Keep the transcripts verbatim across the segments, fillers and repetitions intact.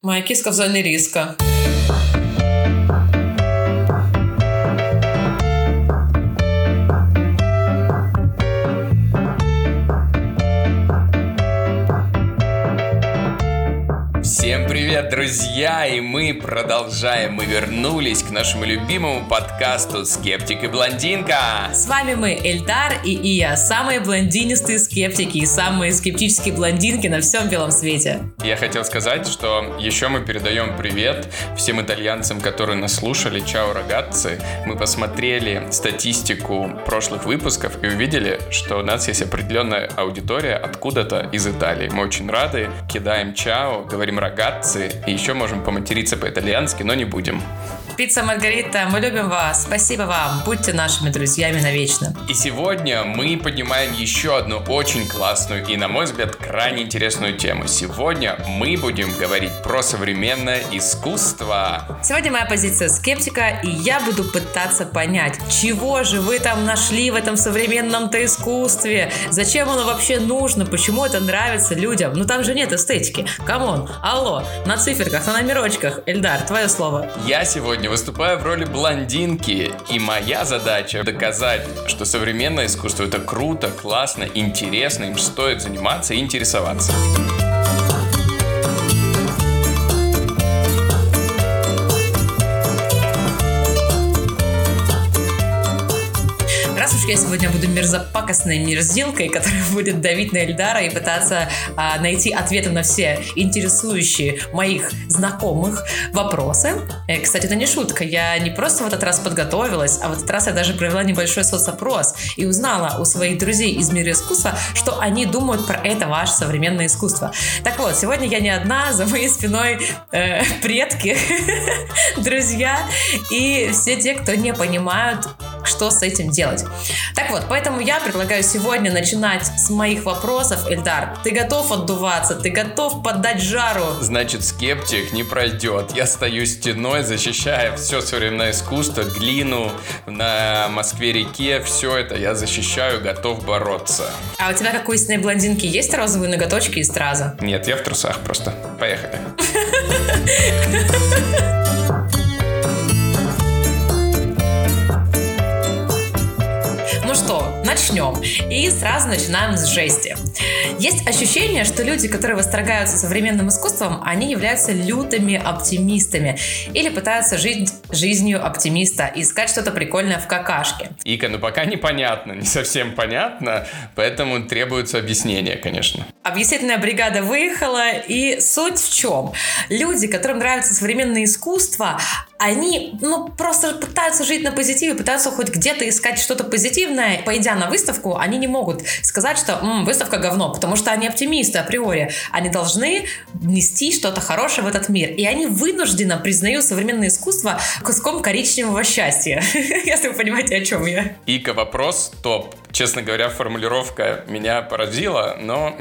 Моя киска в зоне риска. Всем привет, друзья! И мы продолжаем. Мы вернулись к нашему любимому подкасту «Скептик и блондинка». С вами мы, Эльдар и Ия, самые блондинистые скептики и самые скептические блондинки на всем белом свете. Я хотел сказать, что еще мы передаем привет всем итальянцам, которые нас слушали. Чао, рагацци! Мы посмотрели статистику прошлых выпусков и увидели, что у нас есть определенная аудитория откуда-то из Италии. Мы очень рады, кидаем чао, говорим рагацци и еще можем поматериться по-итальянски, но не будем. Пицца Маргарита, мы любим вас. Спасибо вам. Будьте нашими друзьями навечно. И сегодня мы поднимаем еще одну очень классную и, на мой взгляд, крайне интересную тему. Сегодня мы будем говорить про современное искусство. Сегодня моя позиция скептика, и я буду пытаться понять, чего же вы там нашли в этом современном-то искусстве? Зачем оно вообще нужно? Почему это нравится людям? Ну там же нет эстетики. Камон, алло, на циферках, на номерочках. Эльдар, твое слово. Я сегодня выступаю в роли блондинки, и моя задача доказать, что современное искусство — это круто, классно, интересно, им стоит заниматься и интересоваться. Раз уж я сегодня буду мерзопакостной мерзилкой, которая будет давить на Эльдара и пытаться а, найти ответы на все интересующие моих знакомых вопросы. Э, кстати, это не шутка. Я не просто в этот раз подготовилась, а в этот раз я даже провела небольшой соцопрос и узнала у своих друзей из мира искусства, что они думают про это ваше современное искусство. Так вот, сегодня я не одна, за моей спиной э, предки, друзья и все те, кто не понимают, что с этим делать. Так вот, поэтому я предлагаю сегодня начинать с моих вопросов. Эльдар, ты готов отдуваться? Ты готов поддать жару? Значит, скептик не пройдет. Я стою стеной, защищая все современное искусство, глину на Москве-реке, все это я защищаю, готов бороться. А у тебя, как у истинной блондинки, есть розовые ноготочки и страза? Нет, я в трусах просто. Поехали. Ну что, начнем. И сразу начинаем с жести. Есть ощущение, что люди, которые восторгаются современным искусством, они являются лютыми оптимистами или пытаются жить жизнью оптимиста и искать что-то прикольное в какашке. Ика, ну пока непонятно, не совсем понятно, поэтому требуется объяснение, конечно. Объяснительная бригада выехала, и суть в чем? Люди, которым нравится современное искусство, они, ну, просто пытаются жить на позитиве, пытаются хоть где-то искать что-то позитивное. Пойдя на выставку, они не могут сказать, что М, выставка говно, потому что они оптимисты априори. Они должны нести что-то хорошее в этот мир. И они вынужденно признают современное искусство куском коричневого счастья. Если вы понимаете, о чем я. Ика, вопрос топ. Честно говоря, формулировка меня поразила, но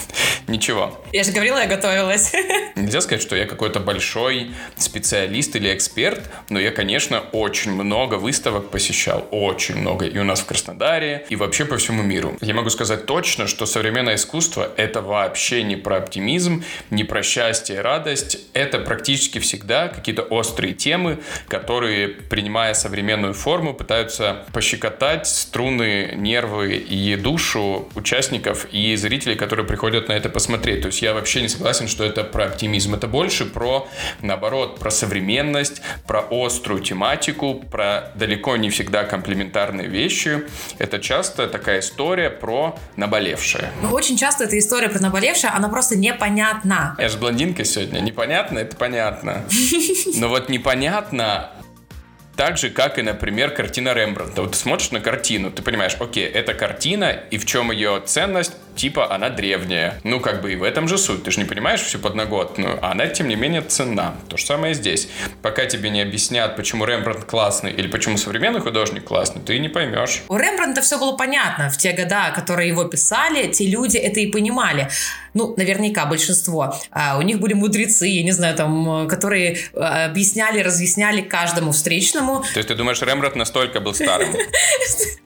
ничего. Я же говорила, я готовилась. Нельзя сказать, что я какой-то большой специалист или эксперт, но я, конечно, очень много выставок посещал. Очень много. И у нас в Краснодаре, и вообще по всему миру. Я могу сказать точно, что современное искусство — это вообще не про оптимизм, не про счастье и радость. Это практически всегда какие-то острые темы, которые, принимая современную форму, пытаются пощекотать струны, нервы и душу участников и зрителей, которые приходят на это посмотреть. То есть я вообще не согласен, что это про оптимизм. Это больше про, наоборот, про современность, про острую тематику, про далеко не всегда комплементарные вещи. Это часто такая история про наболевшее. Но очень часто эта история про наболевшее, она просто непонятна. Я же блондинка сегодня. Непонятно — это понятно. Но вот непонятно так же, как и, например, картина Рембрандта. Вот ты смотришь на картину, ты понимаешь, окей, это картина, и в чем ее ценность? Типа она древняя. Ну, как бы и в этом же суть. Ты же не понимаешь всю подноготную, а она, тем не менее, ценна. То же самое здесь. Пока тебе не объяснят, почему Рембрандт классный или почему современный художник классный, ты не поймешь. У Рембрандта все было понятно. В те года, которые его писали, те люди это и понимали. Ну, наверняка большинство. А у них были мудрецы, я не знаю, там, которые объясняли, разъясняли каждому встречному. То есть ты думаешь, Рембрандт настолько был старым?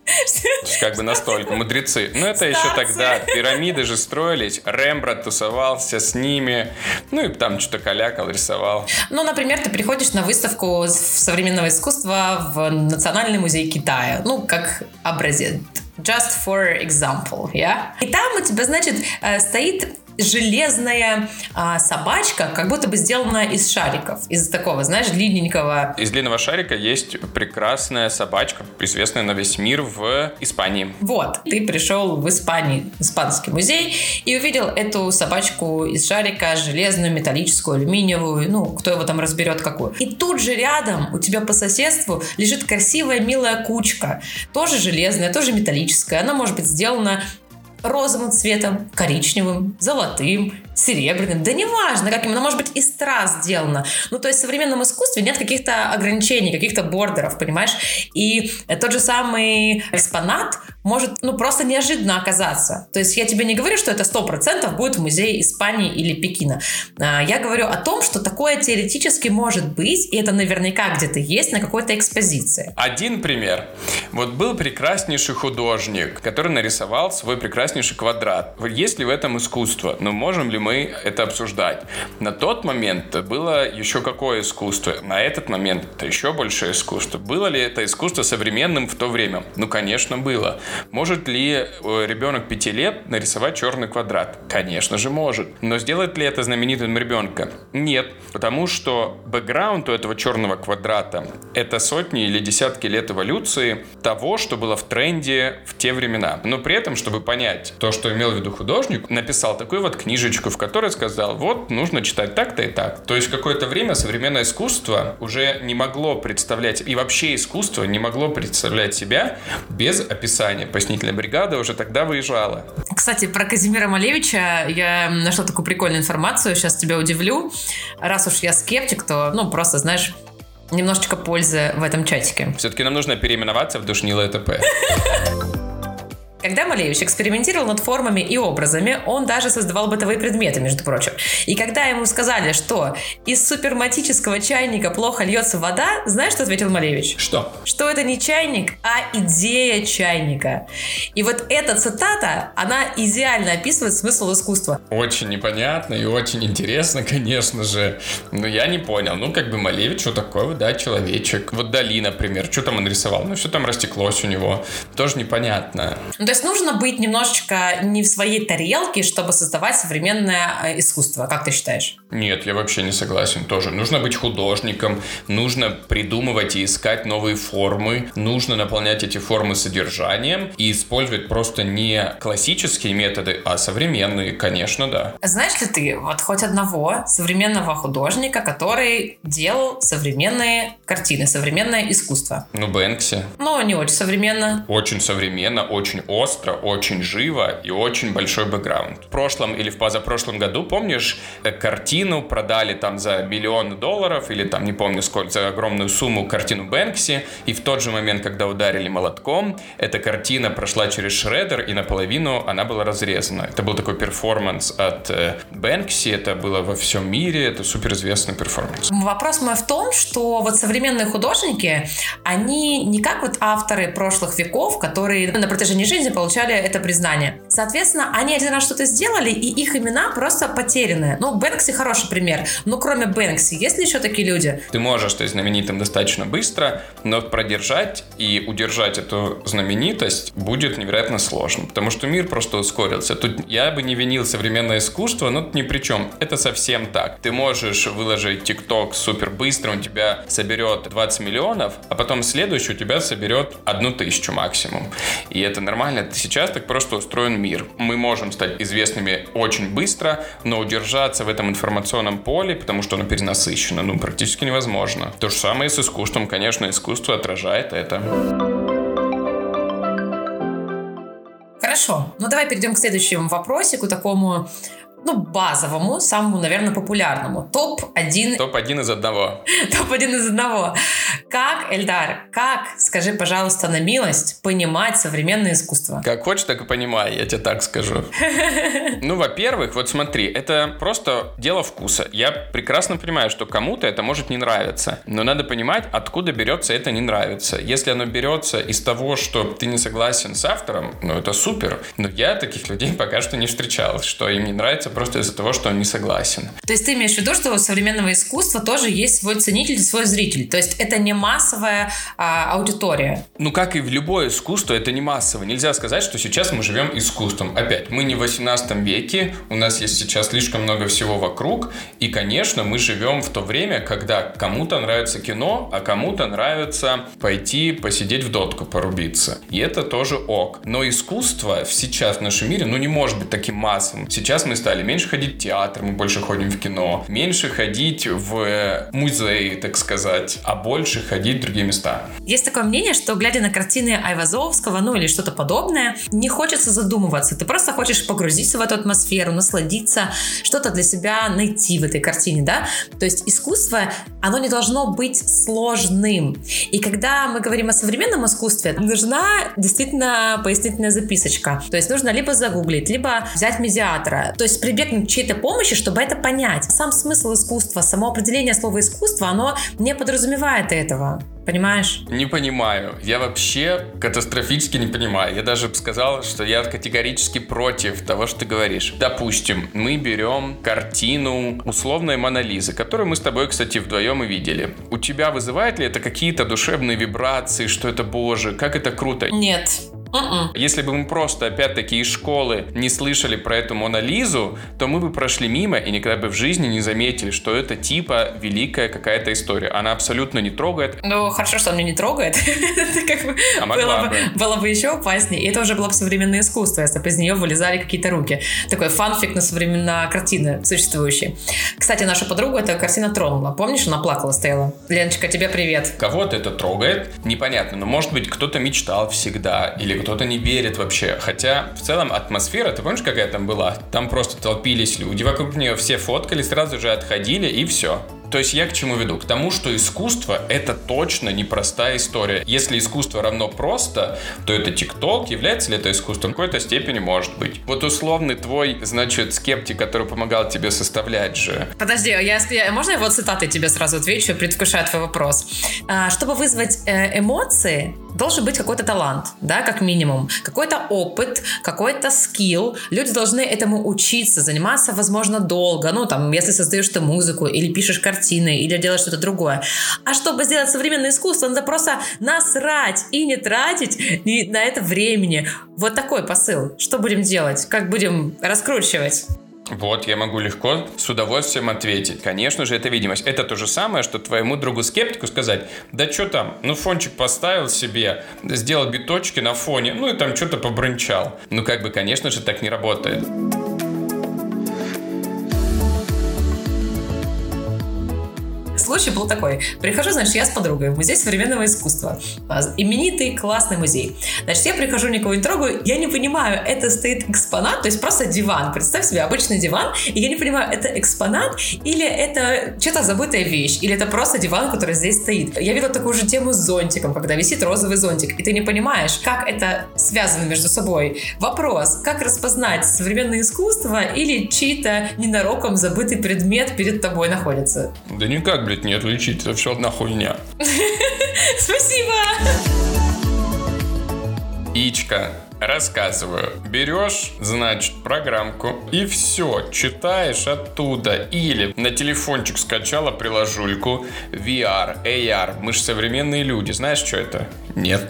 То есть как бы настолько мудрецы. Ну, это Старцы. еще тогда пирамиды же строились, Рембрандт тусовался с ними, ну и там что-то калякал, рисовал. Ну, например, ты приходишь на выставку современного искусства в Национальный музей Китая, ну, как образец. Just for example, yeah? И там у тебя, значит, стоит железная а, собачка, как будто бы сделанная из шариков. Из такого, знаешь, длинненького. Из длинного шарика есть прекрасная собачка, известная на весь мир в Испании. Вот. Ты пришел в Испанию, в испанский музей, и увидел эту собачку из шарика, железную, металлическую, алюминиевую, ну, кто его там разберет какую. И тут же рядом у тебя по соседству лежит красивая, милая кучка. Тоже железная, тоже металлическая. Она может быть сделана розовым цветом, коричневым, золотым, серебряным, да неважно, каким, оно может быть из страз сделано. Ну, то есть в современном искусстве нет каких-то ограничений, каких-то бордеров, понимаешь? И тот же самый экспонат может, ну, просто неожиданно оказаться. То есть я тебе не говорю, что это сто процентов будет в музее Испании или Пекина. Я говорю о том, что такое теоретически может быть, и это наверняка где-то есть на какой-то экспозиции. Один пример. Вот был прекраснейший художник, который нарисовал свой прекраснейший квадрат. Есть ли в этом искусство? Ну, можем ли мы это обсуждать? На тот момент было еще какое искусство? На этот момент это еще большее искусство. Было ли это искусство современным в то время? Ну, конечно, было. Может ли ребенок пяти лет нарисовать черный квадрат? Конечно же, может. Но сделает ли это знаменитым ребенка? Нет. Потому что бэкграунд у этого черного квадрата — это сотни или десятки лет эволюции того, что было в тренде в те времена. Но при этом, чтобы понять то, что имел в виду художник, написал такую вот книжечку, в которой сказал, вот, нужно читать так-то и так. То есть какое-то время современное искусство уже не могло представлять, и вообще искусство не могло представлять себя без описания. Пояснительная бригада уже тогда выезжала. Кстати, про Казимира Малевича я нашла такую прикольную информацию, сейчас тебя удивлю. Раз уж я скептик, то, ну, просто, знаешь, немножечко пользы в этом чатике. Все-таки нам нужно переименоваться в Душнило и т.п. Когда Малевич экспериментировал над формами и образами, он даже создавал бытовые предметы, между прочим. И когда ему сказали, что из суперматического чайника плохо льется вода, знаешь, что ответил Малевич? Что? Что это не чайник, а идея чайника. И вот эта цитата, она идеально описывает смысл искусства. Очень непонятно и очень интересно, конечно же. Но я не понял. Ну, как бы Малевич, что такое, да, человечек. Вот Дали, например, что там он рисовал? Ну, все там растеклось у него. Тоже непонятно. То есть нужно быть немножечко не в своей тарелке, чтобы создавать современное искусство. Как ты считаешь? Нет, я вообще не согласен тоже. Нужно быть художником, нужно придумывать и искать новые формы, нужно наполнять эти формы содержанием и использовать просто не классические методы, а современные, конечно, да. Знаешь ли ты вот хоть одного современного художника, который делал современные картины, современное искусство? Ну, Бэнкси. Ну, не очень современно. Очень современно, очень остро, очень живо и очень большой бэкграунд. В прошлом или в позапрошлом году, помнишь, картину продали там за миллион долларов или там не помню сколько, за огромную сумму картину Бэнкси, и в тот же момент, когда ударили молотком, эта картина прошла через шредер и наполовину она была разрезана. Это был такой перформанс от э, Бэнкси, это было во всем мире, это суперизвестный перформанс. Вопрос мой в том, что вот современные художники, они не как вот авторы прошлых веков, которые на протяжении жизни получали это признание. Соответственно, они один раз что-то сделали, и их имена просто потеряны. Ну, Бэнкси хороший пример. Но кроме Бэнкси, есть ли еще такие люди? Ты можешь стать знаменитым достаточно быстро, но продержать и удержать эту знаменитость будет невероятно сложно, потому что мир просто ускорился. Тут я бы не винил современное искусство, но тут ни при чем. Это совсем так. Ты можешь выложить ТикТок супер быстро, он тебя соберет двадцать миллионов, а потом следующий у тебя соберет одну тысячу максимум. И это нормально. Сейчас так просто устроен мир. Мы можем стать известными очень быстро, но удержаться в этом информационном поле, потому что оно перенасыщено, ну, практически невозможно. То же самое и с искусством. Конечно, искусство отражает это. Хорошо. Ну, давай перейдем к следующему вопросику, такому ну, базовому, самому, наверное, популярному. топ один. топ один из одного. топ один из одного. Как, Эльдар, как, скажи, пожалуйста, на милость, понимать современное искусство? Как хочешь, так и понимай, я тебе так скажу. Ну, во-первых, вот смотри, это просто дело вкуса. Я прекрасно понимаю, что кому-то это может не нравиться, но надо понимать, откуда берется это не нравится. Если оно берется из того, что ты не согласен с автором, ну, это супер. Но я таких людей пока что не встречал, что им не нравится просто из-за того, что он не согласен. То есть ты имеешь в виду, что у современного искусства тоже есть свой ценитель, свой зритель? То есть это не массовая а, аудитория? Ну, как и в любое искусство, это не массово. Нельзя сказать, что сейчас мы живем искусством. Опять, мы не в восемнадцатом веке, у нас есть сейчас слишком много всего вокруг, и, конечно, мы живем в то время, когда кому-то нравится кино, а кому-то нравится пойти посидеть в дотку, порубиться. И это тоже ок. Но искусство сейчас в нашем мире, ну, не может быть таким массовым. Сейчас мы стали меньше ходить в театр, мы больше ходим в кино, меньше ходить в музей, так сказать, а больше ходить в другие места. Есть такое мнение, что, глядя на картины Айвазовского, ну, или что-то подобное, не хочется задумываться. Ты просто хочешь погрузиться в эту атмосферу, насладиться, что-то для себя найти в этой картине, да? То есть искусство, оно не должно быть сложным. И когда мы говорим о современном искусстве, нужна действительно пояснительная записочка. То есть нужно либо загуглить, либо взять медиатора. То есть прибегнуть к чьей-то помощи, чтобы это понять. Сам смысл искусства, само определение слова искусство, оно не подразумевает этого. Понимаешь? Не понимаю. Я вообще катастрофически не понимаю. Я даже бы сказал, что я категорически против того, что ты говоришь. Допустим, мы берем картину условной Мона Лизы, которую мы с тобой, кстати, вдвоем и видели. У тебя вызывает ли это какие-то душевные вибрации, что это, боже, как это круто? Нет. Uh-uh. Если бы мы просто, опять-таки, из школы не слышали про эту Мону Лизу, то мы бы прошли мимо и никогда бы в жизни не заметили, что это типа великая какая-то история. Она абсолютно не трогает. Ну, хорошо, что он меня не трогает. Это как бы а было, бы, было бы еще опаснее. И это уже было бы современное искусство, если бы из нее вылезали какие-то руки. Такой фанфик на современные картины существующие. Кстати, нашу подругу эта картина тронула. Помнишь, она плакала, стояла? Леночка, тебе привет. Кого-то это трогает, непонятно. Но, может быть, кто-то мечтал всегда, или кто-то не верит вообще. Хотя, в целом, атмосфера, ты помнишь, какая там была? Там просто толпились люди вокруг нее, все фоткали, сразу же отходили, и все. То есть я к чему веду? К тому, что искусство — это точно непростая история. Если искусство равно просто, то это ТикТок. Является ли это искусством? В какой-то степени может быть. Вот условный твой, значит, скептик, который помогал тебе составлять же. Подожди, я, я, можно я вот цитатой тебе сразу отвечу, предвкушая твой вопрос? А, чтобы вызвать э, эмоции, должен быть какой-то талант, да, как минимум. Какой-то опыт, какой-то скилл. Люди должны этому учиться, заниматься, возможно, долго. Ну, там, если создаешь ты музыку или пишешь картины, или делать что-то другое. А чтобы сделать современное искусство, надо просто насрать и не тратить на это времени. Вот такой посыл. Что будем делать? Как будем раскручивать? Вот, я могу легко, с удовольствием ответить. Конечно же, это видимость. Это то же самое, что твоему другу-скептику сказать: да что там, ну фончик поставил себе, сделал биточки на фоне, ну и там что-то побрынчал. Ну как бы, конечно же, так не работает. Случай был такой. Прихожу, значит, я с подругой в музей современного искусства. Именитый, классный музей. Значит, я прихожу, никого не трогаю, я не понимаю, это стоит экспонат, то есть просто диван. Представь себе обычный диван, и я не понимаю, это экспонат или это что-то забытая вещь, или это просто диван, который здесь стоит. Я видела такую же тему с зонтиком, когда висит розовый зонтик, и ты не понимаешь, как это связано между собой. Вопрос, как распознать современное искусство или чей-то ненароком забытый предмет перед тобой находится? Да никак, блядь, не отличить, это все одна хуйня. Спасибо! Ичка, рассказываю. Берешь, значит, программку и все, читаешь оттуда. Или на телефончик скачала приложульку ви ар, эй ар. Мы же современные люди. Знаешь, что это? Нет.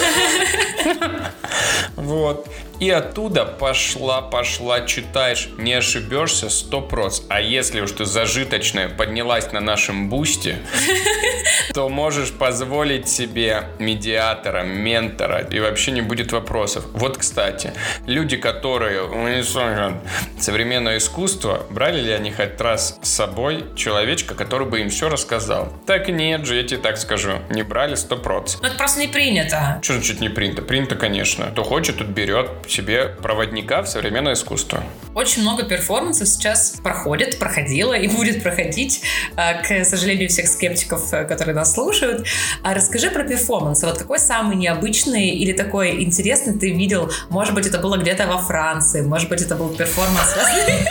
Вот. И оттуда пошла, пошла, читаешь, не ошибешься сто процентов. А если уж ты зажиточная поднялась на нашем бусте, то можешь позволить себе медиатора, ментора, и вообще не будет вопросов. Вот, кстати, люди, которые современное искусство, брали ли они хоть раз с собой человечка, который бы им все рассказал? Так нет же, я тебе так скажу, не брали сто процентов. Ну это просто не принято. Что значит не принято? Принято, конечно. Кто хочет, тот берет. себе проводника в современное искусство. Очень много перформансов сейчас проходит, проходило и будет проходить, к сожалению, всех скептиков, которые нас слушают. А расскажи про перформансы. Вот какой самый необычный или такой интересный ты видел? Может быть, это было где-то во Франции, может быть, это был перформанс, связанный...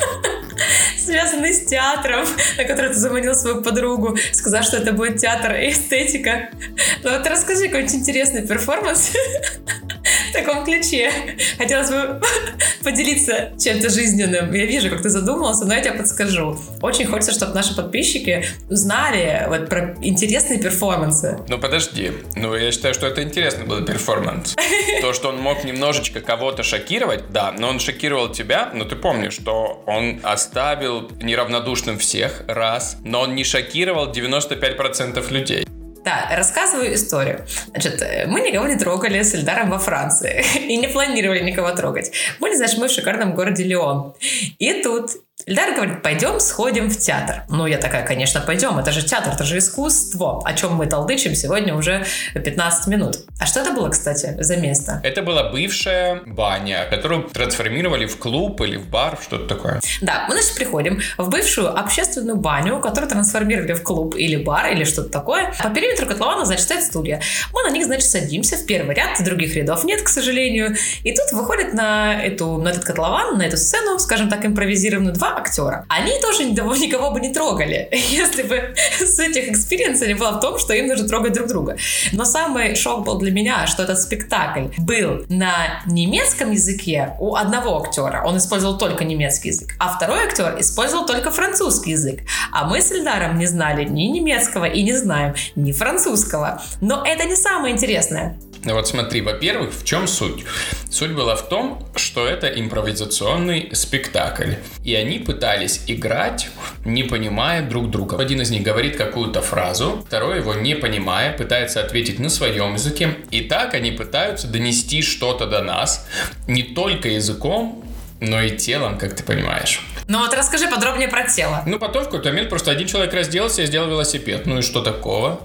связанный с театром, на который ты заманил свою подругу, сказав, что это будет театр и эстетика. Ну вот расскажи какой-нибудь интересный перформанс в таком ключе. Хотелось бы поделиться чем-то жизненным. Я вижу, как ты задумался, но я тебе подскажу. Очень хочется, чтобы наши подписчики узнали вот про интересные перформансы. Ну подожди, ну я считаю, что это интересный был перформанс. То, что он мог немножечко кого-то шокировать, да, но он шокировал тебя, но ты помнишь, что он оставил неравнодушным всех, раз, но он не шокировал девяносто пять процентов людей. Да, рассказываю историю. Значит, мы никого не трогали с Эльдаром во Франции и не планировали никого трогать. Были, знаешь, мы в шикарном городе Лион. И тут Эльдар говорит, пойдем сходим в театр. Ну, я такая, конечно, пойдем. Это же театр, это же искусство. О чем мы толдычим сегодня уже пятнадцать минут. А что это было, кстати, за место? Это была бывшая баня, которую трансформировали в клуб или в бар, что-то такое. Да, мы, значит, приходим в бывшую общественную баню, которую трансформировали в клуб или бар, или что-то такое. По периметру котлована, значит, стоят стулья. Мы на них, значит, садимся в первый ряд, других рядов нет, к сожалению. И тут выходят на, эту, на этот котлован, на эту сцену, скажем так, импровизированную, два актера. Они тоже никого, никого бы не трогали, если бы с этих экспириенсов не было в том, что им нужно трогать друг друга. Но самый шок был для меня, что этот спектакль был на немецком языке у одного актера. Он использовал только немецкий язык. А второй актер использовал только французский язык. А мы с Эльдаром не знали ни немецкого и не знаем ни французского. Но это не самое интересное. Ну вот смотри, во-первых, в чем суть? Суть была в том, что это импровизационный спектакль. И они пытались играть, не понимая друг друга. Один из них говорит какую-то фразу, второй его не понимая, пытается ответить на своем языке. И так они пытаются донести что-то до нас не только языком, но и телом, как ты понимаешь. Ну вот расскажи подробнее про тело. Ну потом в какой-то момент просто один человек разделся и сделал велосипед. Ну и что такого?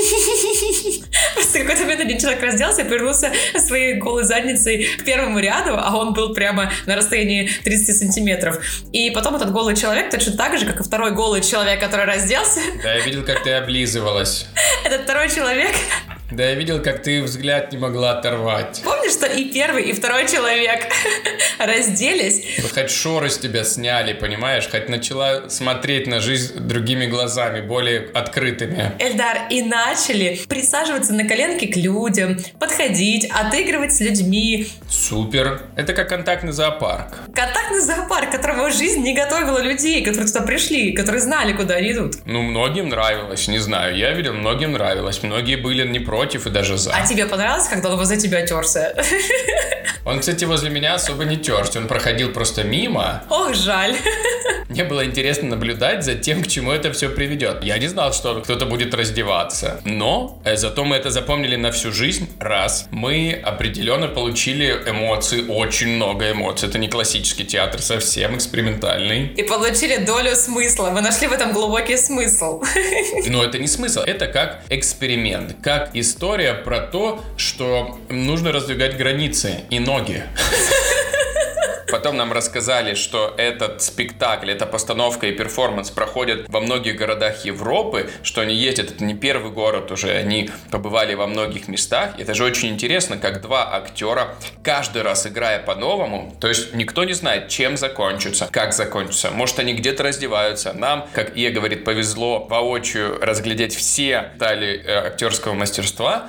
Просто в какой-то момент один человек разделся и повернулся своей голой задницей к первому ряду, а он был прямо на расстоянии тридцать сантиметров. И потом этот голый человек, точно так же, как и второй голый человек, который разделся. Да, я видел, как ты облизывалась. Этот второй человек... Да, я видел, как ты взгляд не могла оторвать. Помнишь, что и первый, и второй человек разделись? Хоть шоры с тебя сняли, понимаешь? Хоть начала смотреть на жизнь другими глазами, более открытыми. Эльдар, и начали присаживаться на коленки к людям, подходить, отыгрывать с людьми. Супер. Это как контактный зоопарк. Контактный зоопарк, которого жизнь не готовила людей, которые туда пришли, которые знали, куда они идут. Ну, многим нравилось, не знаю. Я видел, многим нравилось. Многие были не против и даже за. А тебе понравилось, когда он возле тебя терся? Он, кстати, возле меня особо не терся. Он проходил просто мимо. Ох, жаль. Мне было интересно наблюдать за тем, к чему это все приведет. Я не знал, что кто-то будет раздеваться. Но э, зато мы это запомнили на всю жизнь. Раз. Мы определенно получили эмоции, очень много эмоций. Это не классический театр, совсем экспериментальный. И получили долю смысла. Мы нашли в этом глубокий смысл. Но это не смысл. Это как эксперимент. Как история про то, что нужно раздвигать границы и ноги. Потом нам рассказали, что этот спектакль, эта постановка и перформанс проходят во многих городах Европы, что они ездят, это не первый город уже, они побывали во многих местах. Это же очень интересно, как два актера, каждый раз играя по-новому, то есть никто не знает, чем закончится, как закончится. Может, они где-то раздеваются. Нам, как Ия говорит, повезло воочию разглядеть все детали э, актерского мастерства.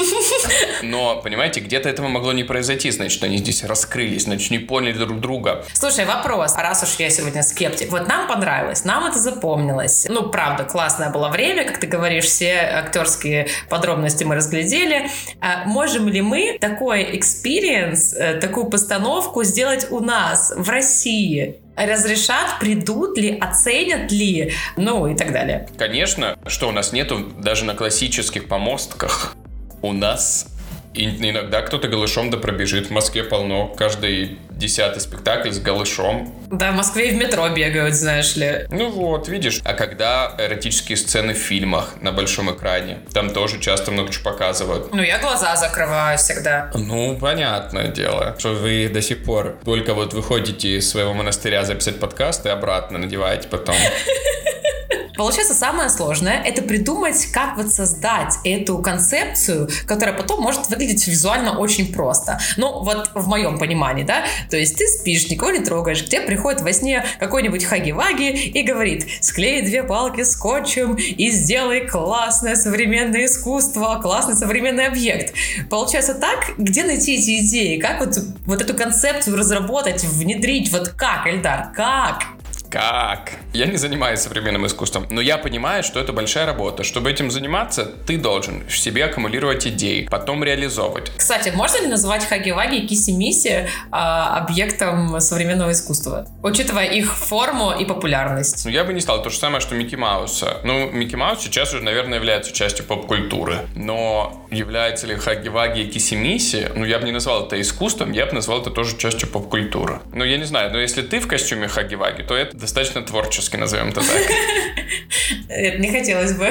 Но, понимаете, где-то этого могло не произойти, значит, они здесь раскрылись, значит, не поняли друг друга. Слушай, вопрос, а раз уж я сегодня скептик, вот нам понравилось, нам это запомнилось. Ну, правда, классное было время, как ты говоришь, все актерские подробности мы разглядели. А можем ли мы такой экспириенс, такую постановку сделать у нас, в России? Разрешат, придут ли, оценят ли, ну и так далее. Конечно, что у нас нету даже на классических помостках. У нас И иногда кто-то голышом да пробежит. В Москве полно. Каждый десятый спектакль с голышом. Да, в Москве и в метро бегают, знаешь ли. Ну вот, видишь. А когда эротические сцены в фильмах на большом экране, там тоже часто много чего показывают. Ну, я глаза закрываю всегда. Ну, понятное дело, что вы до сих пор только вот выходите из своего монастыря записать подкаст и обратно надеваете потом. Получается, самое сложное — это придумать, как вот создать эту концепцию, которая потом может выглядеть визуально очень просто. Ну, вот в моем понимании, да? То есть ты спишь, никого не трогаешь, к тебе приходит во сне какой-нибудь хаги-ваги и говорит: склей две палки скотчем и сделай классное современное искусство, классный современный объект. Получается так? Где найти эти идеи? Как вот, вот эту концепцию разработать, внедрить? Вот как, Эльдар, как? Как? Я не занимаюсь современным искусством, но я понимаю, что это большая работа. Чтобы этим заниматься, ты должен в себе аккумулировать идеи, потом реализовывать. Кстати, можно ли называть хаги-ваги и киси-миси а, объектом современного искусства, учитывая их форму и популярность? Ну, я бы не стал. То же самое, что Микки Мауса. Ну, Микки Маус сейчас уже, наверное, является частью поп-культуры. Но является ли хаги-ваги и киси-миси? Ну, я бы не назвал это искусством, я бы назвал это тоже частью поп-культуры. Ну, я не знаю, но если ты в костюме хаги-ваги, то это достаточно творчески, назовем это так. Это не хотелось бы.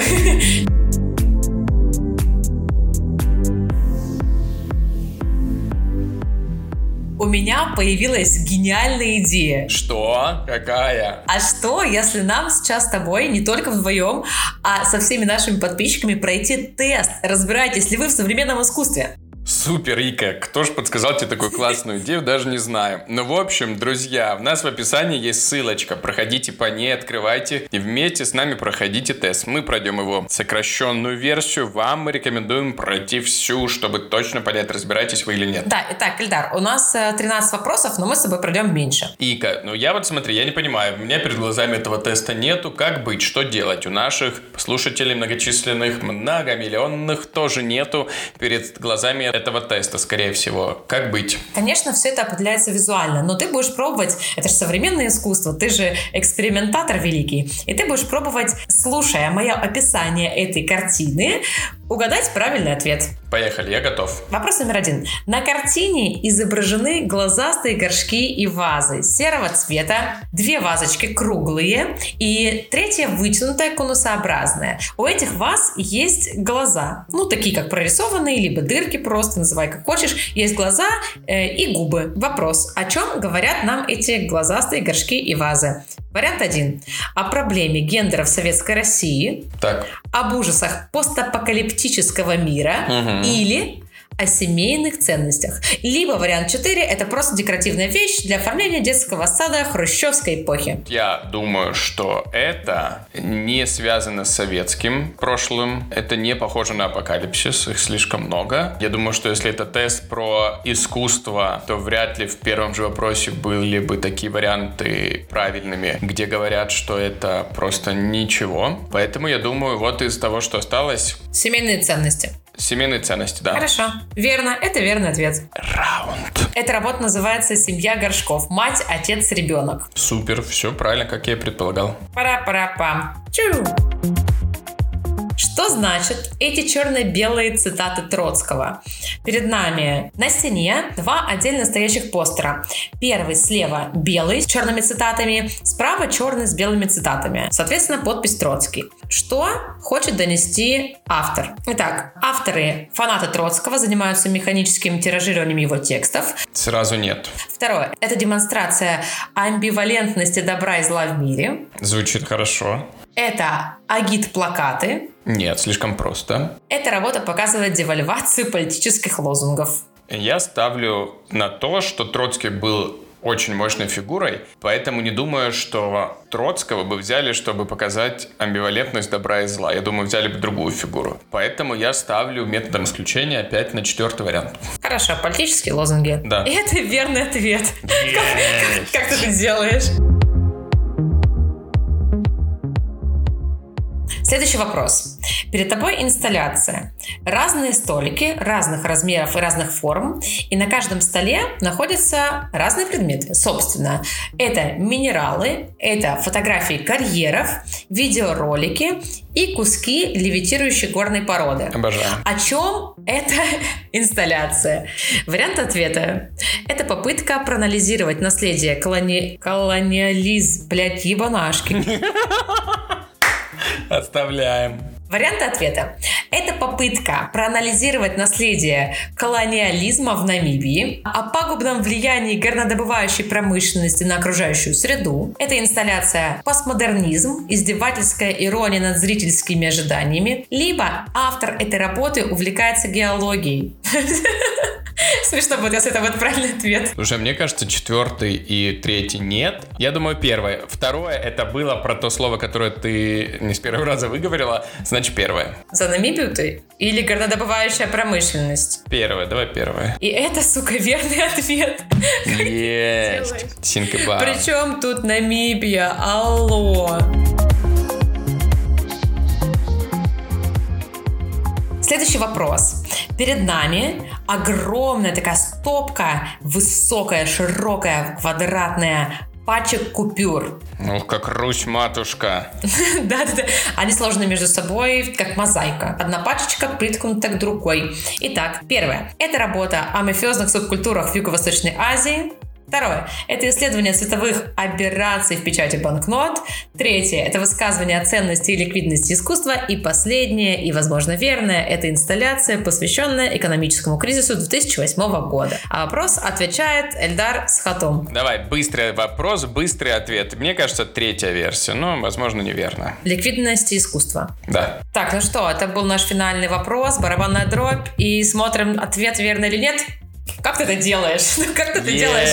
У меня появилась гениальная идея. Что? Какая? А что, если нам сейчас с тобой, не только вдвоем, а со всеми нашими подписчиками пройти тест? Разбирайтесь ли вы в современном искусстве? Супер, Ика, кто же подсказал тебе такую классную идею, даже не знаю. Ну, в общем, друзья, у нас в описании есть ссылочка. Проходите по ней, открывайте и вместе с нами проходите тест. Мы пройдем его сокращенную версию. Вам мы рекомендуем пройти всю, чтобы точно понять, разбираетесь вы или нет. Да, итак, Эльдар, у нас тринадцать вопросов, но мы с тобой пройдем меньше. Ика, ну я вот смотри, я не понимаю, у меня перед глазами этого теста нету. Как быть, что делать? У наших слушателей многочисленных, многомиллионных тоже нету перед глазами этого теста, скорее всего. Как быть? Конечно, все это определяется визуально, но ты будешь пробовать, это же современное искусство, ты же экспериментатор великий, и ты будешь пробовать, слушая мое описание этой картины, угадать правильный ответ. Поехали, я готов. Вопрос номер один. На картине изображены глазастые горшки и вазы серого цвета, две вазочки круглые и третья вытянутая конусообразная. У этих ваз есть глаза, ну такие как прорисованные, либо дырки, просто называй как хочешь. Есть глаза э, и губы. Вопрос: о чем говорят нам эти глазастые горшки и вазы? Вариант один. О проблеме гендера в Советской России. Так. Об ужасах постапокалиптического мира. Угу. Или о семейных ценностях. Либо вариант четыре. Это просто декоративная вещь для оформления детского сада хрущевской эпохи. Я думаю, что это не связано с советским прошлым. Это не похоже на апокалипсис. Их слишком много. Я думаю, что если это тест про искусство, то вряд ли в первом же вопросе были бы такие варианты правильными, где говорят, что это просто ничего. Поэтому я думаю, вот из того, что осталось... Семейные ценности. Семейные ценности, да. Хорошо. Верно. Это верный ответ. Раунд. Эта работа называется «Семья горшков». Мать, отец, ребенок. Супер. Все правильно, как я и предполагал. Пара-пара-пам. Чу. Что значит эти черно-белые цитаты Троцкого? Перед нами на стене два отдельно стоящих постера. Первый слева белый с черными цитатами, справа черный с белыми цитатами. Соответственно, подпись Троцкий. Что хочет донести автор? Итак, авторы, фанаты Троцкого, занимаются механическим тиражированием его текстов. Сразу нет. Второе. Это демонстрация амбивалентности добра и зла в мире. Звучит хорошо. Это агит-плакаты. Нет, слишком просто. Эта работа показывает девальвацию политических лозунгов. Я ставлю на то, что Троцкий был очень мощной фигурой, поэтому не думаю, что Троцкого бы взяли, чтобы показать амбивалентность добра и зла. Я думаю, взяли бы другую фигуру. Поэтому я ставлю методом исключения опять на четвертый вариант. Хорошо, политические лозунги. Да. И это верный ответ. Как ты это делаешь? Следующий вопрос. Перед тобой инсталляция. Разные столики разных размеров и разных форм, и на каждом столе находятся разные предметы. Собственно, это минералы, это фотографии карьеров, видеоролики и куски левитирующей горной породы. Обожаю. О чем эта инсталляция? Вариант ответа. Это попытка проанализировать наследие колони... колониализм, блядь, ебанашки. Отставляем. Варианты ответа. Это попытка проанализировать наследие колониализма в Намибии, о пагубном влиянии горнодобывающей промышленности на окружающую среду. Это инсталляция «Постмодернизм», издевательская ирония над зрительскими ожиданиями. Либо автор этой работы увлекается геологией. Смешно будет, если это будет правильный ответ. Слушай, мне кажется, четвертый и третий нет. Я думаю, первое. Второе, это было про то слово, которое ты не с первого раза выговорила. Значит, первое. За Намибию ты? Или горнодобывающая промышленность? Первое, давай первое. И это, сука, верный ответ. Есть. Синкабан. Причем тут Намибия? Алло. Следующий вопрос. Перед нами огромная такая стопка, высокая, широкая, квадратная, пачек купюр. Ух, как Русь-матушка. Да-да-да. Они сложены между собой, как мозаика. Одна пачечка приткнута к другой. Итак, первое. Это работа о мафиозных субкультурах в Юго-Восточной Азии. Второе. Это исследование цветовых аберраций в печати банкнот. Третье. Это высказывание о ценности и ликвидности искусства. И последнее, и, возможно, верное, это инсталляция, посвященная экономическому кризису две тысячи восьмого года. А вопрос отвечает Эльдар Схатом. Давай, быстрый вопрос, быстрый ответ. Мне кажется, третья версия, но, возможно, неверно. Ликвидность и искусство. Да. Так, ну что, это был наш финальный вопрос, барабанная дробь. И смотрим, ответ верный или нет. Как ты это делаешь? Как ты это делаешь?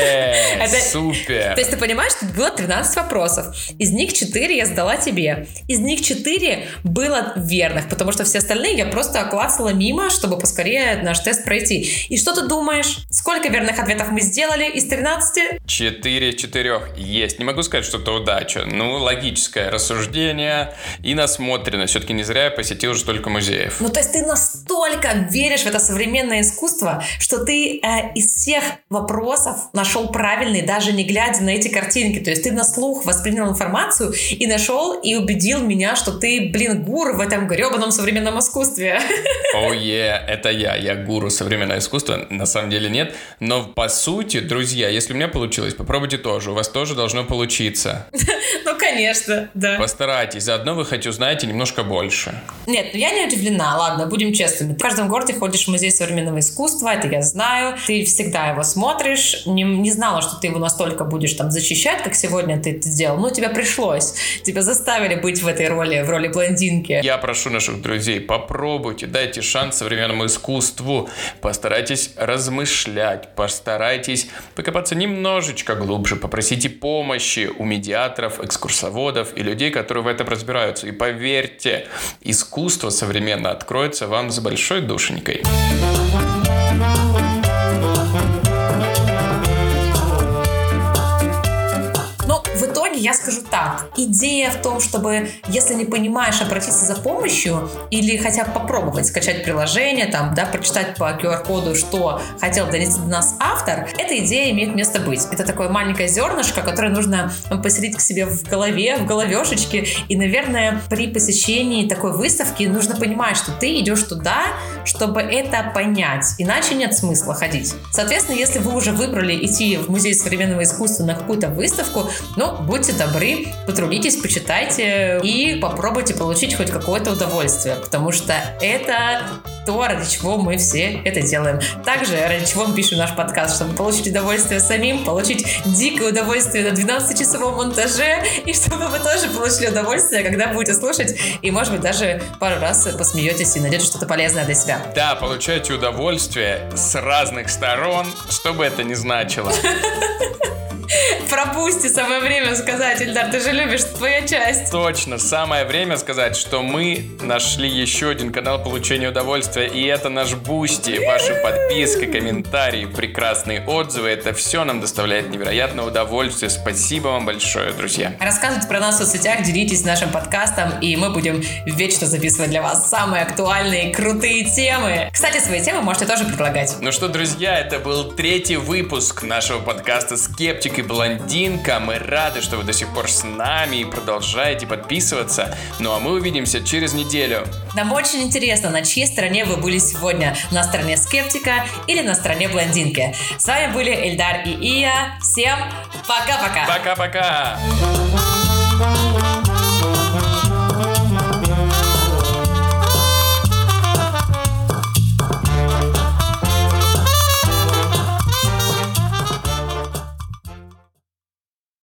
Это супер! То есть ты понимаешь, что было тринадцать вопросов. Из них четыре я сдала тебе. Из них четыре было верных, потому что все остальные я просто клацала мимо, чтобы поскорее наш тест пройти. И что ты думаешь? Сколько верных ответов мы сделали из тринадцати? четыре четырех есть. Не могу сказать, что это удача. Ну, логическое рассуждение и насмотренность. Все-таки не зря я посетил уже столько музеев. Ну, то есть ты настолько веришь в это современное искусство, что ты э, из всех вопросов нашел правильный, даже не глядя на эти картинки. То есть ты на слух воспринял информацию и нашел и убедил меня, что ты, блин, гуру в этом гребаном современном искусстве. Оу, oh yeah, это я. Я гуру современного искусства. На самом деле нет. Но по сути, друзья, если у меня получилось, попробуйте тоже. У вас тоже должно получиться. Ну, конечно, да. Постарайтесь. Заодно вы хоть узнаете немножко больше. Нет, ну я не удивлена. Ладно, будем честными. Ты в каждом городе ходишь в музей современного искусства. Это я знаю. Ты всегда его смотришь. Не, не знала, что ты его настолько будешь там защищать, как сегодня ты это сделал. Ну, тебе пришлось. Тебя заставили быть в этой роли, в роли блондинки. Я прошу наших друзей, попробуйте, дайте шанс современному искусству. Постарайтесь размышлять, постарайтесь покопаться немножечко глубже, попросите помощи у медиаторов, экскурсоводов и людей, которые в этом разбираются. И поверьте, искусство современно откроется вам с большой душенькой. Я скажу так. Идея в том, чтобы, если не понимаешь, обратиться за помощью или хотя бы попробовать скачать приложение, там, да, прочитать по ку ар коду, что хотел донести до нас автор, эта идея имеет место быть. Это такое маленькое зернышко, которое нужно поселить к себе в голове, в головешечке. И, наверное, при посещении такой выставки нужно понимать, что ты идешь туда, чтобы это понять. Иначе нет смысла ходить. Соответственно, если вы уже выбрали идти в музей современного искусства на какую-то выставку, ну, будьте добры, потрудитесь, почитайте и попробуйте получить хоть какое-то удовольствие, потому что это то, ради чего мы все это делаем. Также, ради чего мы пишем наш подкаст, чтобы получить удовольствие самим, получить дикое удовольствие на двенадцатичасовом монтаже, и чтобы вы тоже получили удовольствие, когда будете слушать, и, может быть, даже пару раз посмеетесь и найдете что-то полезное для себя. Да, получайте удовольствие с разных сторон, что бы это ни значило. Про Бусти самое время сказать, Ильдар, ты же любишь, твоя часть. Точно, самое время сказать, что мы нашли еще один канал получения удовольствия, и это наш Бусти. Ваша подписка, комментарии, прекрасные отзывы, это все нам доставляет невероятное удовольствие. Спасибо вам большое, друзья. Рассказывайте про нас в соцсетях, делитесь нашим подкастом, и мы будем вечно записывать для вас самые актуальные, крутые темы. Кстати, свои темы можете тоже предлагать. Ну что, друзья, это был третий выпуск нашего подкаста «Скептик и блондинка». Мы рады, что вы до сих пор с нами и продолжаете подписываться. Ну а мы увидимся через неделю. Нам очень интересно, на чьей стороне вы были сегодня. На стороне скептика или на стороне блондинки. С вами были Эльдар и Ия. Всем пока-пока. Пока-пока.